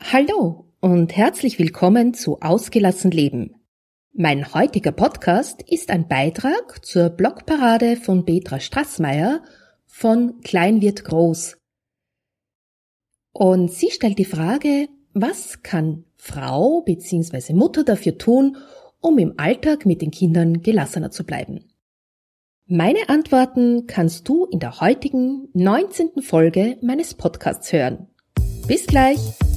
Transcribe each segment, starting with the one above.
Hallo und herzlich willkommen zu Ausgelassen Leben. Mein heutiger Podcast ist ein Beitrag zur Blogparade von Petra Straßmeier von Klein wird groß. Und sie stellt die Frage, was kann Frau bzw. Mutter dafür tun, um im Alltag mit den Kindern gelassener zu bleiben? Meine Antworten kannst du in der heutigen 19. Folge meines Podcasts hören. Bis gleich!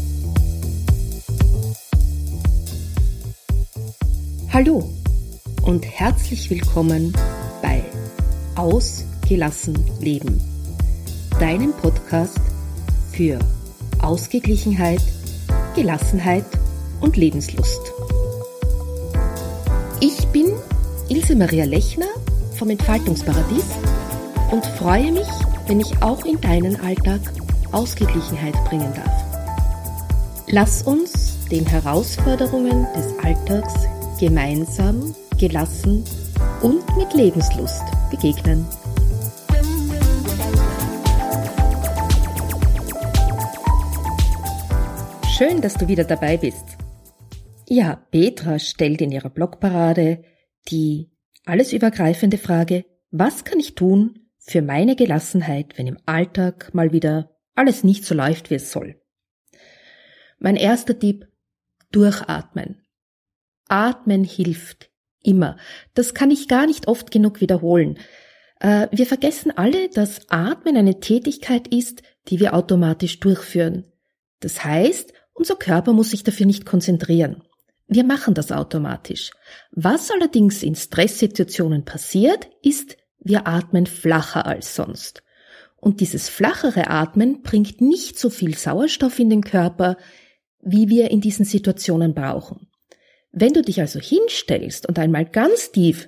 Hallo und herzlich willkommen bei Ausgelassen Leben, deinem Podcast für Ausgeglichenheit, Gelassenheit und Lebenslust. Ich bin Ilse Maria Lechner vom Entfaltungsparadies und freue mich, wenn ich auch in deinen Alltag Ausgeglichenheit bringen darf. Lass uns den Herausforderungen des Alltags gemeinsam, gelassen und mit Lebenslust begegnen. Schön, dass du wieder dabei bist. Ja, Petra stellt in ihrer Blogparade die alles übergreifende Frage, was kann ich tun für meine Gelassenheit, wenn im Alltag mal wieder alles nicht so läuft, wie es soll? Mein erster Tipp, durchatmen. Atmen hilft immer. Das kann ich gar nicht oft genug wiederholen. Wir vergessen alle, dass Atmen eine Tätigkeit ist, die wir automatisch durchführen. Das heißt, unser Körper muss sich dafür nicht konzentrieren. Wir machen das automatisch. Was allerdings in Stresssituationen passiert, ist, wir atmen flacher als sonst. Und dieses flachere Atmen bringt nicht so viel Sauerstoff in den Körper, wie wir in diesen Situationen brauchen. Wenn du dich also hinstellst und einmal ganz tief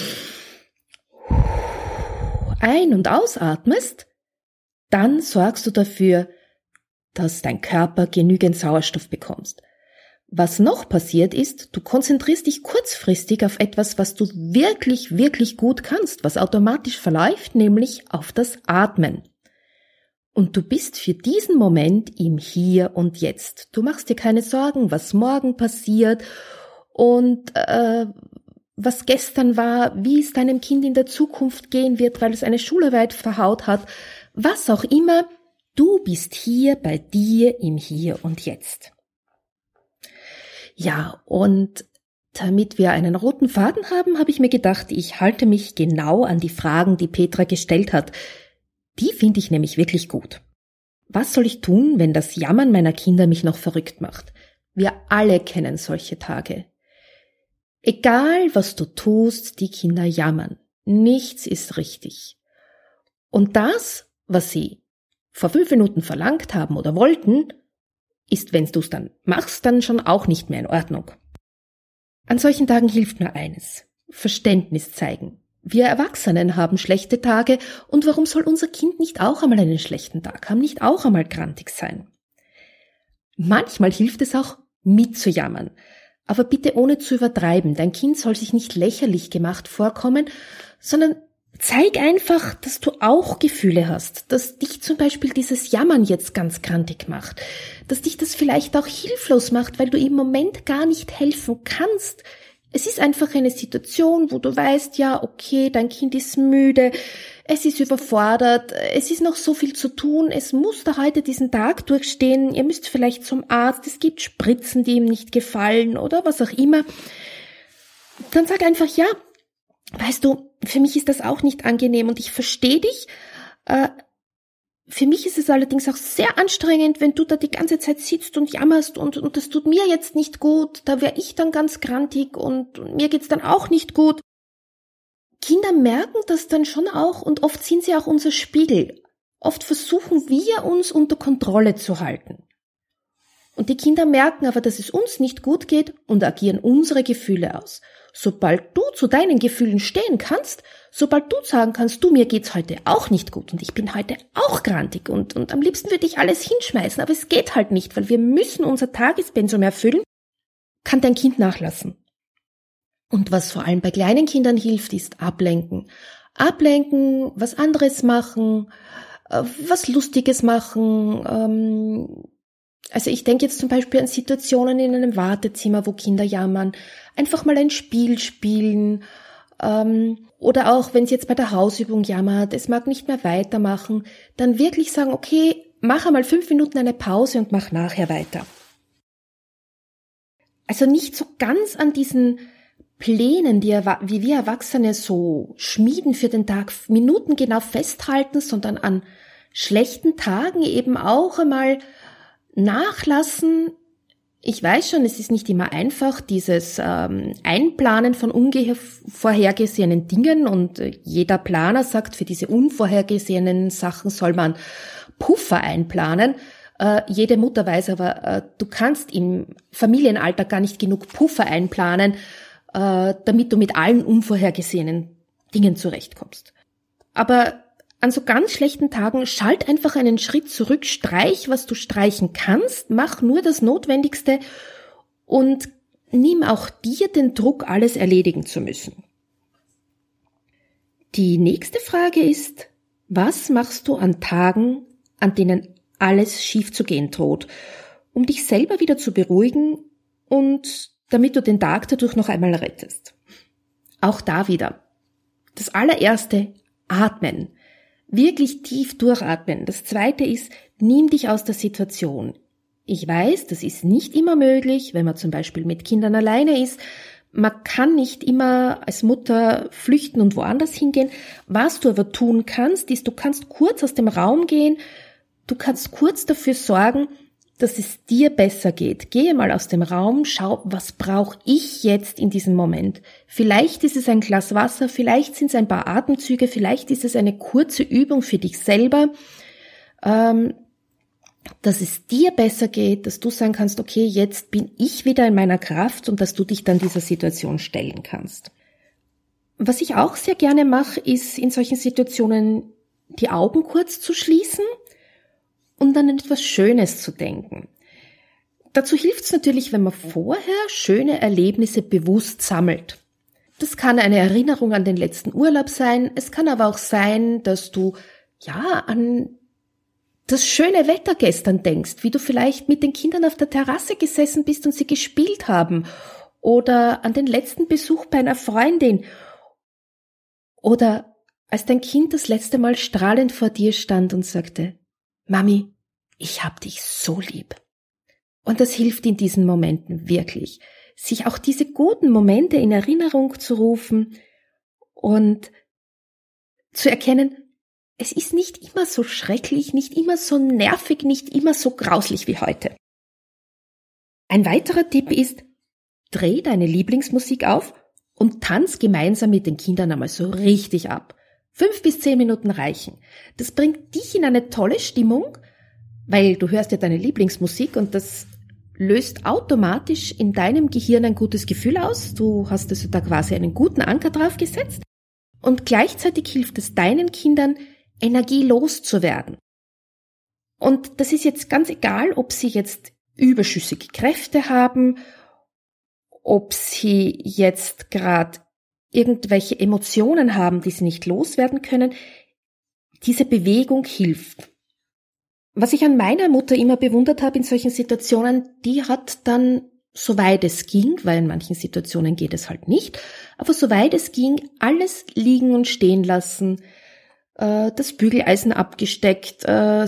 ein- und ausatmest, dann sorgst du dafür, dass dein Körper genügend Sauerstoff bekommst. Was noch passiert ist, du konzentrierst dich kurzfristig auf etwas, was du wirklich, wirklich gut kannst, was automatisch verläuft, nämlich auf das Atmen. Und du bist für diesen Moment im Hier und Jetzt. Du machst dir keine Sorgen, was morgen passiert und was gestern war, wie es deinem Kind in der Zukunft gehen wird, weil es eine Schularbeit verhaut hat. Was auch immer, du bist hier bei dir im Hier und Jetzt. Ja, und damit wir einen roten Faden haben, habe ich mir gedacht, ich halte mich genau an die Fragen, die Petra gestellt hat. Die finde ich nämlich wirklich gut. Was soll ich tun, wenn das Jammern meiner Kinder mich noch verrückt macht? Wir alle kennen solche Tage. Egal, was du tust, die Kinder jammern. Nichts ist richtig. Und das, was sie vor 5 Minuten verlangt haben oder wollten, ist, wenn du es dann machst, dann schon auch nicht mehr in Ordnung. An solchen Tagen hilft nur eines: Verständnis zeigen. Wir Erwachsenen haben schlechte Tage und warum soll unser Kind nicht auch einmal einen schlechten Tag haben, nicht auch einmal grantig sein? Manchmal hilft es auch, mitzujammern. Aber bitte ohne zu übertreiben. Dein Kind soll sich nicht lächerlich gemacht vorkommen, sondern zeig einfach, dass du auch Gefühle hast, dass dich zum Beispiel dieses Jammern jetzt ganz grantig macht, dass dich das vielleicht auch hilflos macht, weil du im Moment gar nicht helfen kannst. Es ist einfach eine Situation, wo du weißt, ja, okay, dein Kind ist müde, es ist überfordert, es ist noch so viel zu tun, es muss da heute diesen Tag durchstehen, ihr müsst vielleicht zum Arzt, es gibt Spritzen, die ihm nicht gefallen oder was auch immer. Dann sag einfach, ja, weißt du, für mich ist das auch nicht angenehm und ich verstehe dich. Für mich ist es allerdings auch sehr anstrengend, wenn du da die ganze Zeit sitzt und jammerst und das tut mir jetzt nicht gut. Da wäre ich dann ganz grantig und mir geht's dann auch nicht gut. Kinder merken das dann schon auch und oft sind sie auch unser Spiegel. Oft versuchen wir, uns unter Kontrolle zu halten. Und die Kinder merken aber, dass es uns nicht gut geht und agieren unsere Gefühle aus. Sobald du zu deinen Gefühlen stehen kannst, sobald du sagen kannst, du, mir geht's heute auch nicht gut und ich bin heute auch grantig und am liebsten würde ich alles hinschmeißen, aber es geht halt nicht, weil wir müssen unser Tagespensum erfüllen, kann dein Kind nachlassen. Und was vor allem bei kleinen Kindern hilft, ist ablenken. Ablenken, was anderes machen, was Lustiges machen, Also ich denke jetzt zum Beispiel an Situationen in einem Wartezimmer, wo Kinder jammern, einfach mal ein Spiel spielen, oder auch wenn es jetzt bei der Hausübung jammert, es mag nicht mehr weitermachen, dann wirklich sagen, okay, mach einmal 5 Minuten eine Pause und mach nachher weiter. Also nicht so ganz an diesen Plänen, wie wir Erwachsene so schmieden für den Tag, minutengenau festhalten, sondern an schlechten Tagen eben auch einmal nachlassen. Ich weiß schon, es ist nicht immer einfach, dieses Einplanen von unvorhergesehenen Dingen, und jeder Planer sagt, für diese unvorhergesehenen Sachen soll man Puffer einplanen. Jede Mutter weiß aber, du kannst im Familienalltag gar nicht genug Puffer einplanen, damit du mit allen unvorhergesehenen Dingen zurechtkommst. Aber an so ganz schlechten Tagen schalt einfach einen Schritt zurück, streich, was du streichen kannst, mach nur das Notwendigste und nimm auch dir den Druck, alles erledigen zu müssen. Die nächste Frage ist, was machst du an Tagen, an denen alles schief zu gehen droht, um dich selber wieder zu beruhigen und damit du den Tag dadurch noch einmal rettest? Auch da wieder. Das allererste, atmen. Wirklich tief durchatmen. Das zweite ist, nimm dich aus der Situation. Ich weiß, das ist nicht immer möglich, wenn man zum Beispiel mit Kindern alleine ist. Man kann nicht immer als Mutter flüchten und woanders hingehen. Was du aber tun kannst, ist, du kannst kurz aus dem Raum gehen, du kannst kurz dafür sorgen, dass es dir besser geht. Gehe mal aus dem Raum, schau, was brauche ich jetzt in diesem Moment. Vielleicht ist es ein Glas Wasser, vielleicht sind es ein paar Atemzüge, vielleicht ist es eine kurze Übung für dich selber, dass es dir besser geht, dass du sagen kannst, okay, jetzt bin ich wieder in meiner Kraft, und dass du dich dann dieser Situation stellen kannst. Was ich auch sehr gerne mache, ist in solchen Situationen die Augen kurz zu schließen und an etwas Schönes zu denken. Dazu hilft es natürlich, wenn man vorher schöne Erlebnisse bewusst sammelt. Das kann eine Erinnerung an den letzten Urlaub sein, es kann aber auch sein, dass du an das schöne Wetter gestern denkst, wie du vielleicht mit den Kindern auf der Terrasse gesessen bist und sie gespielt haben, oder an den letzten Besuch bei einer Freundin, oder als dein Kind das letzte Mal strahlend vor dir stand und sagte, Mami, ich hab dich so lieb. Und das hilft in diesen Momenten wirklich, sich auch diese guten Momente in Erinnerung zu rufen und zu erkennen, es ist nicht immer so schrecklich, nicht immer so nervig, nicht immer so grauslich wie heute. Ein weiterer Tipp ist, dreh deine Lieblingsmusik auf und tanz gemeinsam mit den Kindern einmal so richtig ab. 5 bis 10 Minuten reichen. Das bringt dich in eine tolle Stimmung, weil du hörst ja deine Lieblingsmusik und das löst automatisch in deinem Gehirn ein gutes Gefühl aus. Du hast also da quasi einen guten Anker drauf gesetzt und gleichzeitig hilft es deinen Kindern, Energie loszuwerden. Und das ist jetzt ganz egal, ob sie jetzt überschüssige Kräfte haben, ob sie jetzt gerade irgendwelche Emotionen haben, die sie nicht loswerden können. Diese Bewegung hilft. Was ich an meiner Mutter immer bewundert habe in solchen Situationen, die hat dann, soweit es ging, weil in manchen Situationen geht es halt nicht, aber soweit es ging, alles liegen und stehen lassen, das Bügeleisen abgesteckt,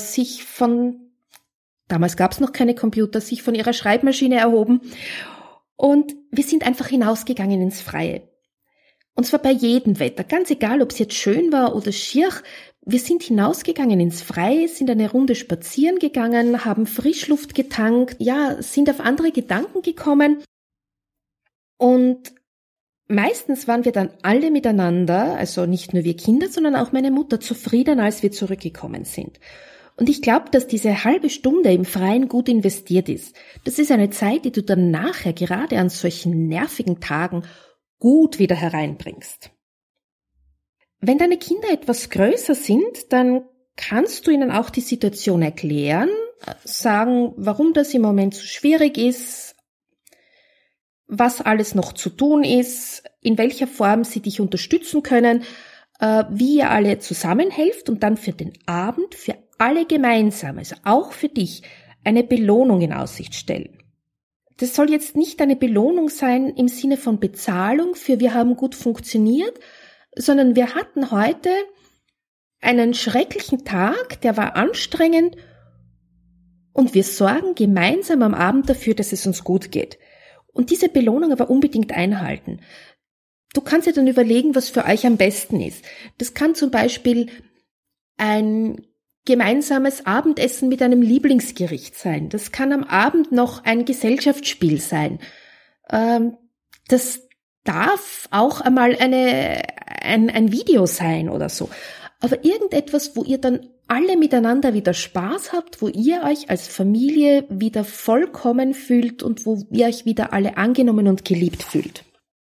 damals gab es noch keine Computer, sich von ihrer Schreibmaschine erhoben, und wir sind einfach hinausgegangen ins Freie. Und zwar bei jedem Wetter, ganz egal, ob es jetzt schön war oder schier. Wir sind hinausgegangen ins Freie, sind eine Runde spazieren gegangen, haben Frischluft getankt, sind auf andere Gedanken gekommen. Und meistens waren wir dann alle miteinander, also nicht nur wir Kinder, sondern auch meine Mutter, zufrieden, als wir zurückgekommen sind. Und ich glaube, dass diese halbe Stunde im Freien gut investiert ist. Das ist eine Zeit, die du dann nachher, gerade an solchen nervigen Tagen, gut wieder hereinbringst. Wenn deine Kinder etwas größer sind, dann kannst du ihnen auch die Situation erklären, sagen, warum das im Moment so schwierig ist, was alles noch zu tun ist, in welcher Form sie dich unterstützen können, wie ihr alle zusammenhelft und dann für den Abend, für alle gemeinsam, also auch für dich, eine Belohnung in Aussicht stellen. Das soll jetzt nicht eine Belohnung sein im Sinne von Bezahlung für wir haben gut funktioniert, sondern wir hatten heute einen schrecklichen Tag, der war anstrengend und wir sorgen gemeinsam am Abend dafür, dass es uns gut geht. Und diese Belohnung aber unbedingt einhalten. Du kannst dir dann überlegen, was für euch am besten ist. Das kann zum Beispiel ein gemeinsames Abendessen mit einem Lieblingsgericht sein. Das kann am Abend noch ein Gesellschaftsspiel sein. Das darf auch einmal ein Video sein oder so. Aber irgendetwas, wo ihr dann alle miteinander wieder Spaß habt, wo ihr euch als Familie wieder vollkommen fühlt und wo ihr euch wieder alle angenommen und geliebt fühlt.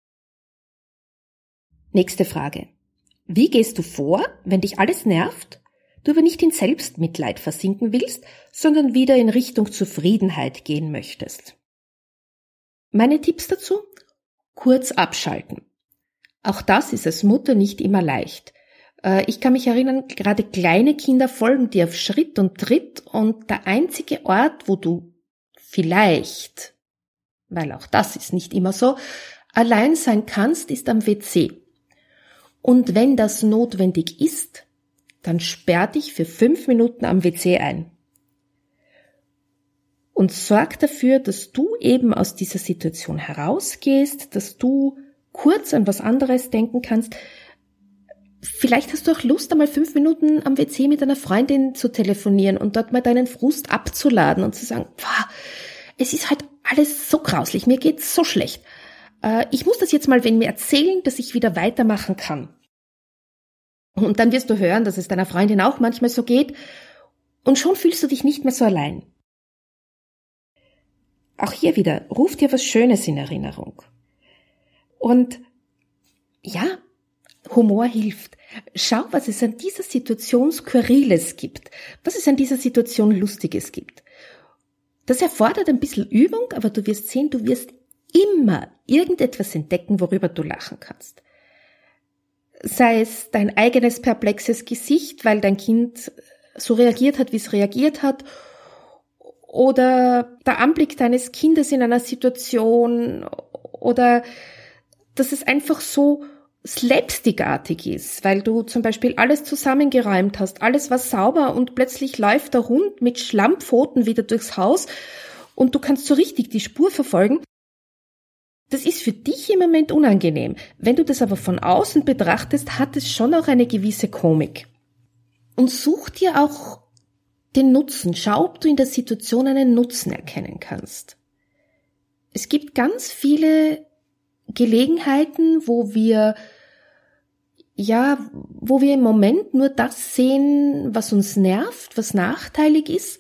Nächste Frage. Wie gehst du vor, wenn dich alles nervt, du aber nicht in Selbstmitleid versinken willst, sondern wieder in Richtung Zufriedenheit gehen möchtest? Meine Tipps dazu? Kurz abschalten. Auch das ist als Mutter nicht immer leicht. Ich kann mich erinnern, gerade kleine Kinder folgen dir auf Schritt und Tritt und der einzige Ort, wo du vielleicht, weil auch das ist nicht immer so, allein sein kannst, ist am WC. Und wenn das notwendig ist, dann sperr dich für 5 Minuten am WC ein. Und sorg dafür, dass du eben aus dieser Situation herausgehst, dass du kurz an was anderes denken kannst. Vielleicht hast du auch Lust, einmal 5 Minuten am WC mit einer Freundin zu telefonieren und dort mal deinen Frust abzuladen und zu sagen, es ist halt alles so grauslich, mir geht's so schlecht. Ich muss das jetzt mal mir erzählen, dass ich wieder weitermachen kann. Und dann wirst du hören, dass es deiner Freundin auch manchmal so geht und schon fühlst du dich nicht mehr so allein. Auch hier wieder, ruf dir was Schönes in Erinnerung. Und ja, Humor hilft. Schau, was es an dieser Situation Skurriles gibt, was es an dieser Situation Lustiges gibt. Das erfordert ein bisschen Übung, aber du wirst sehen, du wirst immer irgendetwas entdecken, worüber du lachen kannst. Sei es dein eigenes perplexes Gesicht, weil dein Kind so reagiert hat, wie es reagiert hat, oder der Anblick deines Kindes in einer Situation, oder dass es einfach so slapstickartig ist, weil du zum Beispiel alles zusammengeräumt hast, alles war sauber und plötzlich läuft der Hund mit Schlammpfoten wieder durchs Haus und du kannst so richtig die Spur verfolgen. Das ist für dich im Moment unangenehm. Wenn du das aber von außen betrachtest, hat es schon auch eine gewisse Komik. Und such dir auch den Nutzen. Schau, ob du in der Situation einen Nutzen erkennen kannst. Es gibt ganz viele Gelegenheiten, wo wir im Moment nur das sehen, was uns nervt, was nachteilig ist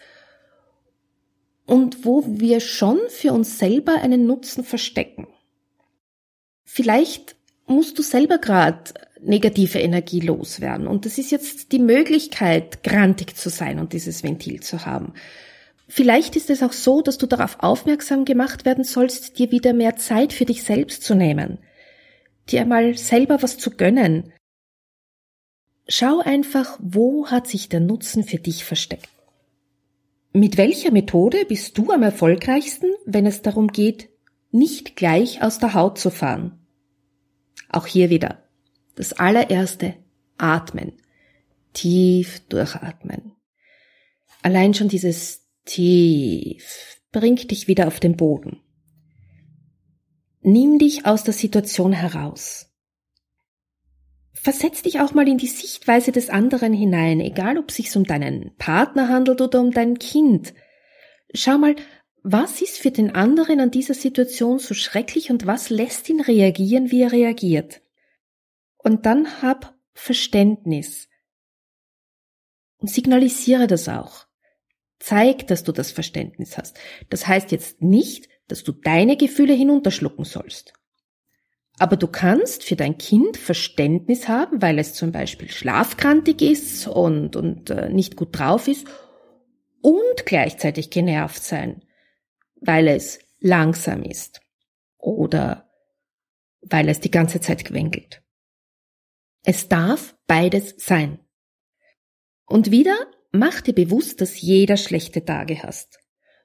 und wo wir schon für uns selber einen Nutzen verstecken. Vielleicht musst du selber gerade negative Energie loswerden und das ist jetzt die Möglichkeit, grantig zu sein und dieses Ventil zu haben. Vielleicht ist es auch so, dass du darauf aufmerksam gemacht werden sollst, dir wieder mehr Zeit für dich selbst zu nehmen, dir einmal selber was zu gönnen. Schau einfach, wo hat sich der Nutzen für dich versteckt. Mit welcher Methode bist du am erfolgreichsten, wenn es darum geht, nicht gleich aus der Haut zu fahren? Auch hier wieder. Das allererste, atmen. Tief durchatmen. Allein schon dieses tief bringt dich wieder auf den Boden. Nimm dich aus der Situation heraus. Versetz dich auch mal in die Sichtweise des anderen hinein, egal ob es sich um deinen Partner handelt oder um dein Kind. Schau mal, was ist für den anderen an dieser Situation so schrecklich und was lässt ihn reagieren, wie er reagiert? Und dann hab Verständnis. Und signalisiere das auch. Zeig, dass du das Verständnis hast. Das heißt jetzt nicht, dass du deine Gefühle hinunterschlucken sollst. Aber du kannst für dein Kind Verständnis haben, weil es zum Beispiel schlafkrantig ist und nicht gut drauf ist und gleichzeitig genervt sein, weil es langsam ist oder weil es die ganze Zeit quengelt. Es darf beides sein. Und wieder, mach dir bewusst, dass jeder schlechte Tage hast.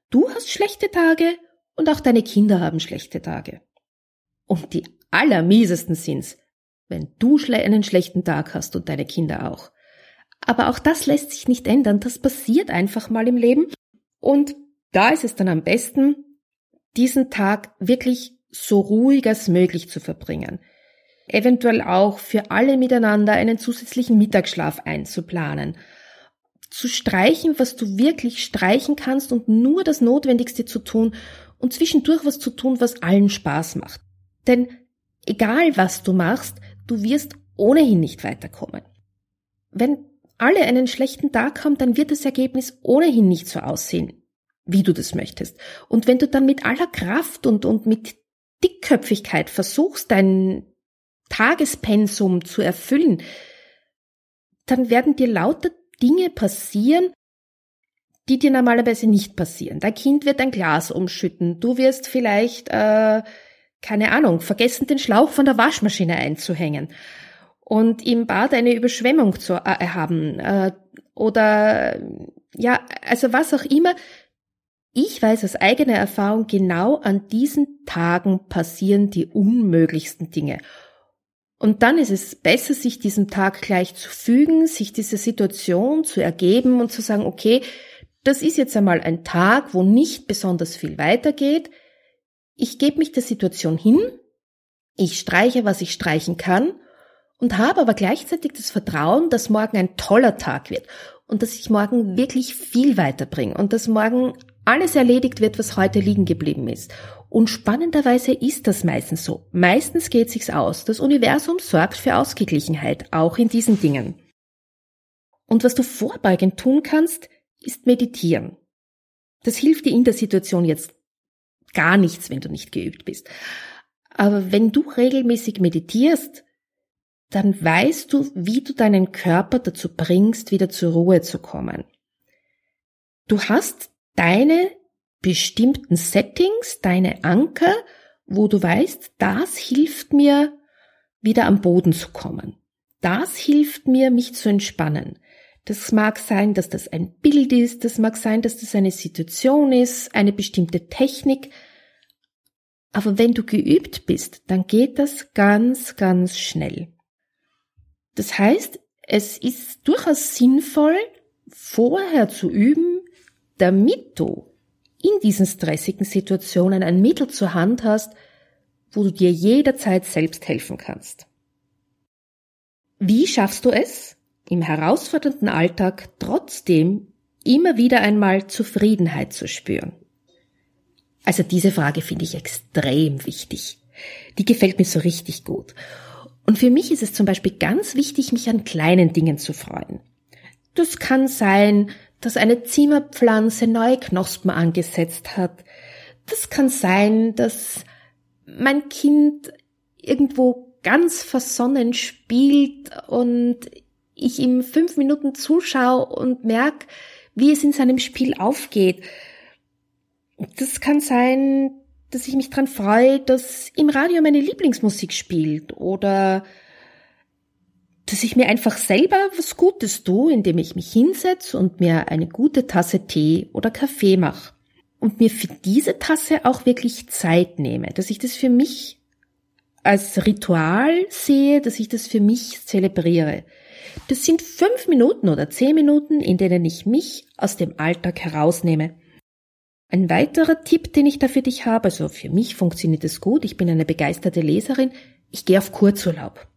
Du hast schlechte Tage und auch deine Kinder haben schlechte Tage. Und die allermiesesten sind's, wenn du einen schlechten Tag hast und deine Kinder auch. Aber auch das lässt sich nicht ändern, das passiert einfach mal im Leben. Und da ist es dann am besten, diesen Tag wirklich so ruhig als möglich zu verbringen. Eventuell auch für alle miteinander einen zusätzlichen Mittagsschlaf einzuplanen. Zu streichen, was du wirklich streichen kannst und nur das Notwendigste zu tun und zwischendurch was zu tun, was allen Spaß macht. Denn egal was du machst, du wirst ohnehin nicht weiterkommen. Wenn alle einen schlechten Tag haben, dann wird das Ergebnis ohnehin nicht so aussehen, wie du das möchtest. Und wenn du dann mit aller Kraft und mit Dickköpfigkeit versuchst, dein Tagespensum zu erfüllen, dann werden dir lauter Dinge passieren, die dir normalerweise nicht passieren. Dein Kind wird ein Glas umschütten, du wirst vielleicht, vergessen, den Schlauch von der Waschmaschine einzuhängen und im Bad eine Überschwemmung zu haben was auch immer. Ich weiß aus eigener Erfahrung, genau an diesen Tagen passieren die unmöglichsten Dinge. Und dann ist es besser, sich diesem Tag gleich zu fügen, sich dieser Situation zu ergeben und zu sagen, okay, das ist jetzt einmal ein Tag, wo nicht besonders viel weitergeht. Ich gebe mich der Situation hin, ich streiche, was ich streichen kann und habe aber gleichzeitig das Vertrauen, dass morgen ein toller Tag wird und dass ich morgen wirklich viel weiterbringe und dass morgen alles erledigt wird, was heute liegen geblieben ist. Und spannenderweise ist das meistens so. Meistens geht es sich aus. Das Universum sorgt für Ausgeglichenheit, auch in diesen Dingen. Und was du vorbeugend tun kannst, ist meditieren. Das hilft dir in der Situation jetzt gar nichts, wenn du nicht geübt bist. Aber wenn du regelmäßig meditierst, dann weißt du, wie du deinen Körper dazu bringst, wieder zur Ruhe zu kommen. Du hast deine bestimmten Settings, deine Anker, wo du weißt, das hilft mir, wieder am Boden zu kommen. Das hilft mir, mich zu entspannen. Das mag sein, dass das ein Bild ist, das mag sein, dass das eine Situation ist, eine bestimmte Technik. Aber wenn du geübt bist, dann geht das ganz, ganz schnell. Das heißt, es ist durchaus sinnvoll, vorher zu üben, damit du in diesen stressigen Situationen ein Mittel zur Hand hast, wo du dir jederzeit selbst helfen kannst. Wie schaffst du es, im herausfordernden Alltag trotzdem immer wieder einmal Zufriedenheit zu spüren? Also diese Frage finde ich extrem wichtig. Die gefällt mir so richtig gut. Und für mich ist es zum Beispiel ganz wichtig, mich an kleinen Dingen zu freuen. Das kann sein, dass eine Zimmerpflanze neue Knospen angesetzt hat. Das kann sein, dass mein Kind irgendwo ganz versonnen spielt und ich ihm 5 Minuten zuschaue und merke, wie es in seinem Spiel aufgeht. Das kann sein, dass ich mich dran freue, dass im Radio meine Lieblingsmusik spielt oder dass ich mir einfach selber was Gutes tue, indem ich mich hinsetze und mir eine gute Tasse Tee oder Kaffee mache und mir für diese Tasse auch wirklich Zeit nehme, dass ich das für mich als Ritual sehe, dass ich das für mich zelebriere. Das sind 5 Minuten oder 10 Minuten, in denen ich mich aus dem Alltag herausnehme. Ein weiterer Tipp, den ich da für dich habe, also für mich funktioniert es gut, ich bin eine begeisterte Leserin, ich gehe auf Kurzurlaub.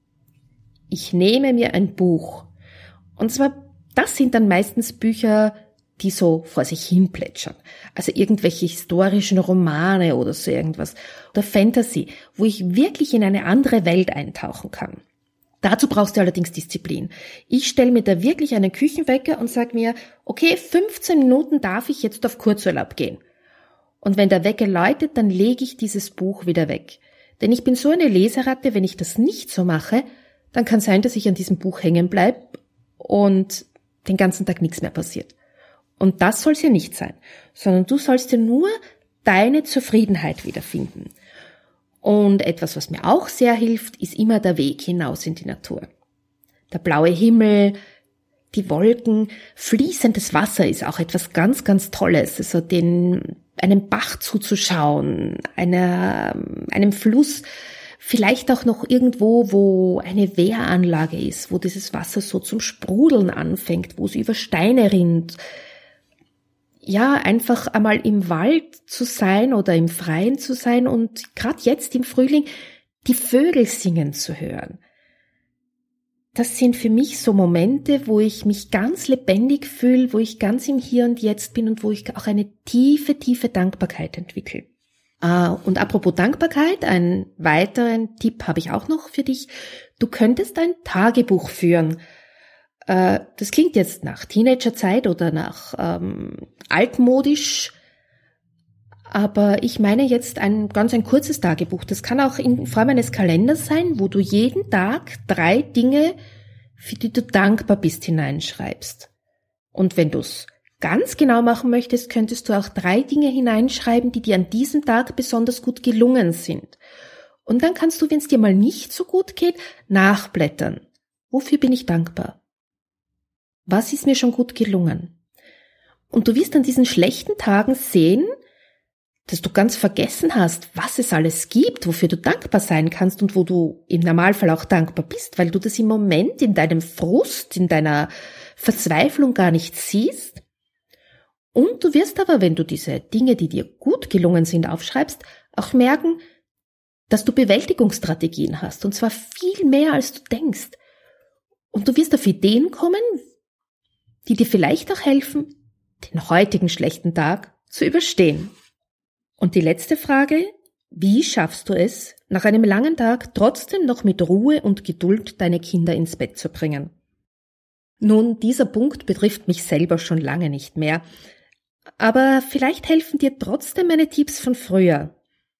Ich nehme mir ein Buch. Und zwar, das sind dann meistens Bücher, die so vor sich hin plätschern. Also irgendwelche historischen Romane oder so irgendwas. Oder Fantasy, wo ich wirklich in eine andere Welt eintauchen kann. Dazu brauchst du allerdings Disziplin. Ich stelle mir da wirklich einen Küchenwecker und sage mir, okay, 15 Minuten darf ich jetzt auf Kurzurlaub gehen. Und wenn der Wecker läutet, dann lege ich dieses Buch wieder weg. Denn ich bin so eine Leseratte, wenn ich das nicht so mache, dann kann sein, dass ich an diesem Buch hängen bleibe und den ganzen Tag nichts mehr passiert. Und das soll es ja nicht sein, sondern du sollst ja nur deine Zufriedenheit wiederfinden. Und etwas, was mir auch sehr hilft, ist immer der Weg hinaus in die Natur. Der blaue Himmel, die Wolken, fließendes Wasser ist auch etwas ganz, ganz Tolles. Also einem Bach zuzuschauen, einem Fluss, vielleicht auch noch irgendwo, wo eine Wehranlage ist, wo dieses Wasser so zum Sprudeln anfängt, wo es über Steine rinnt. Ja, einfach einmal im Wald zu sein oder im Freien zu sein und gerade jetzt im Frühling die Vögel singen zu hören. Das sind für mich so Momente, wo ich mich ganz lebendig fühle, wo ich ganz im Hier und Jetzt bin und wo ich auch eine tiefe, tiefe Dankbarkeit entwickle. Und apropos Dankbarkeit, einen weiteren Tipp habe ich auch noch für dich. Du könntest ein Tagebuch führen. Das klingt jetzt nach Teenagerzeit oder nach altmodisch, aber ich meine jetzt ein kurzes Tagebuch. Das kann auch in Form eines Kalenders sein, wo du jeden Tag 3 Dinge, für die du dankbar bist, hineinschreibst. Und wenn du es ganz genau machen möchtest, könntest du auch 3 Dinge hineinschreiben, die dir an diesem Tag besonders gut gelungen sind. Und dann kannst du, wenn es dir mal nicht so gut geht, nachblättern. Wofür bin ich dankbar? Was ist mir schon gut gelungen? Und du wirst an diesen schlechten Tagen sehen, dass du ganz vergessen hast, was es alles gibt, wofür du dankbar sein kannst und wo du im Normalfall auch dankbar bist, weil du das im Moment in deinem Frust, in deiner Verzweiflung gar nicht siehst. Und du wirst aber, wenn du diese Dinge, die dir gut gelungen sind, aufschreibst, auch merken, dass du Bewältigungsstrategien hast, und zwar viel mehr, als du denkst. Und du wirst auf Ideen kommen, die dir vielleicht auch helfen, den heutigen schlechten Tag zu überstehen. Und die letzte Frage: Wie schaffst du es, nach einem langen Tag trotzdem noch mit Ruhe und Geduld deine Kinder ins Bett zu bringen? Nun, dieser Punkt betrifft mich selber schon lange nicht mehr, aber vielleicht helfen dir trotzdem meine Tipps von früher.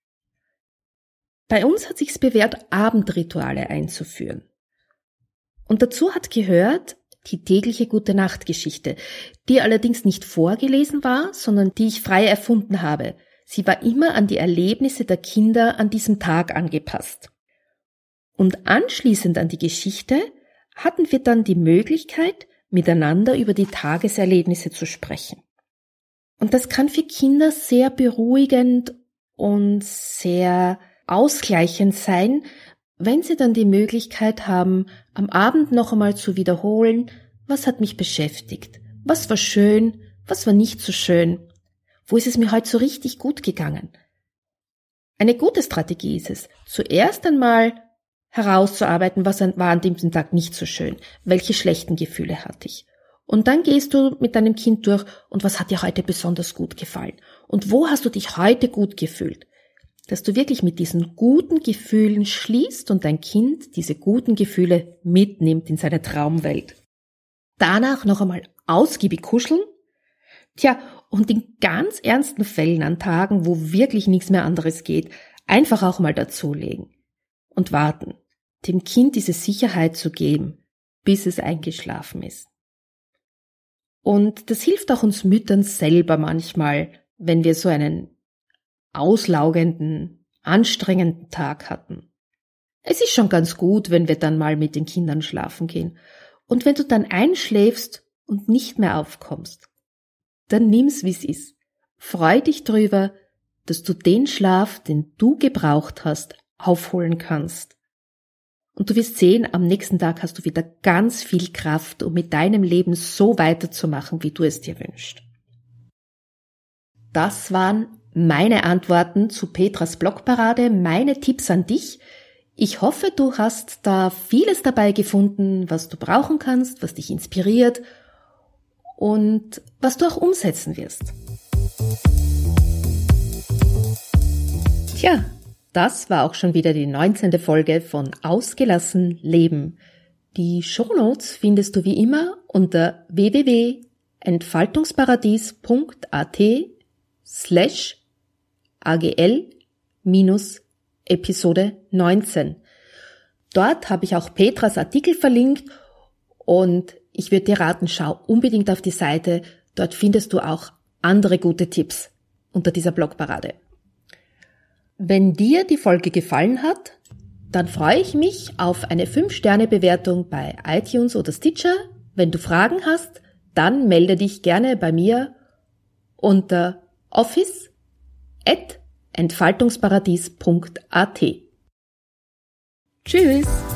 Bei uns hat sich's bewährt, Abendrituale einzuführen. Und dazu hat gehört die tägliche Gute-Nacht-Geschichte, die allerdings nicht vorgelesen war, sondern die ich frei erfunden habe. Sie war immer an die Erlebnisse der Kinder an diesem Tag angepasst. Und anschließend an die Geschichte hatten wir dann die Möglichkeit, miteinander über die Tageserlebnisse zu sprechen. Und das kann für Kinder sehr beruhigend und sehr ausgleichend sein, wenn sie dann die Möglichkeit haben, am Abend noch einmal zu wiederholen, was hat mich beschäftigt, was war schön, was war nicht so schön, wo ist es mir heute so richtig gut gegangen. Eine gute Strategie ist es, zuerst einmal herauszuarbeiten, was war an diesem Tag nicht so schön, welche schlechten Gefühle hatte ich. Und dann gehst du mit deinem Kind durch, und was hat dir heute besonders gut gefallen? Und wo hast du dich heute gut gefühlt? Dass du wirklich mit diesen guten Gefühlen schließt und dein Kind diese guten Gefühle mitnimmt in seine Traumwelt. Danach noch einmal ausgiebig kuscheln. Und in ganz ernsten Fällen an Tagen, wo wirklich nichts mehr anderes geht, einfach auch mal dazulegen und warten, dem Kind diese Sicherheit zu geben, bis es eingeschlafen ist. Und das hilft auch uns Müttern selber manchmal, wenn wir so einen auslaugenden, anstrengenden Tag hatten. Es ist schon ganz gut, wenn wir dann mal mit den Kindern schlafen gehen. Und wenn du dann einschläfst und nicht mehr aufkommst, dann nimm's, wie's ist. Freu dich drüber, dass du den Schlaf, den du gebraucht hast, aufholen kannst. Und du wirst sehen, am nächsten Tag hast du wieder ganz viel Kraft, um mit deinem Leben so weiterzumachen, wie du es dir wünschst. Das waren meine Antworten zu Petras Blogparade, meine Tipps an dich. Ich hoffe, du hast da vieles dabei gefunden, was du brauchen kannst, was dich inspiriert und was du auch umsetzen wirst. Das war auch schon wieder die 19. Folge von Ausgelassen Leben. Die Shownotes findest du wie immer unter www.entfaltungsparadies.at/agl-Episode 19. Dort habe ich auch Petras Artikel verlinkt und ich würde dir raten, schau unbedingt auf die Seite. Dort findest du auch andere gute Tipps unter dieser Blogparade. Wenn dir die Folge gefallen hat, dann freue ich mich auf eine 5-Sterne-Bewertung bei iTunes oder Stitcher, Wenn du Fragen hast, dann melde dich gerne bei mir unter office@entfaltungsparadies.at. Tschüss!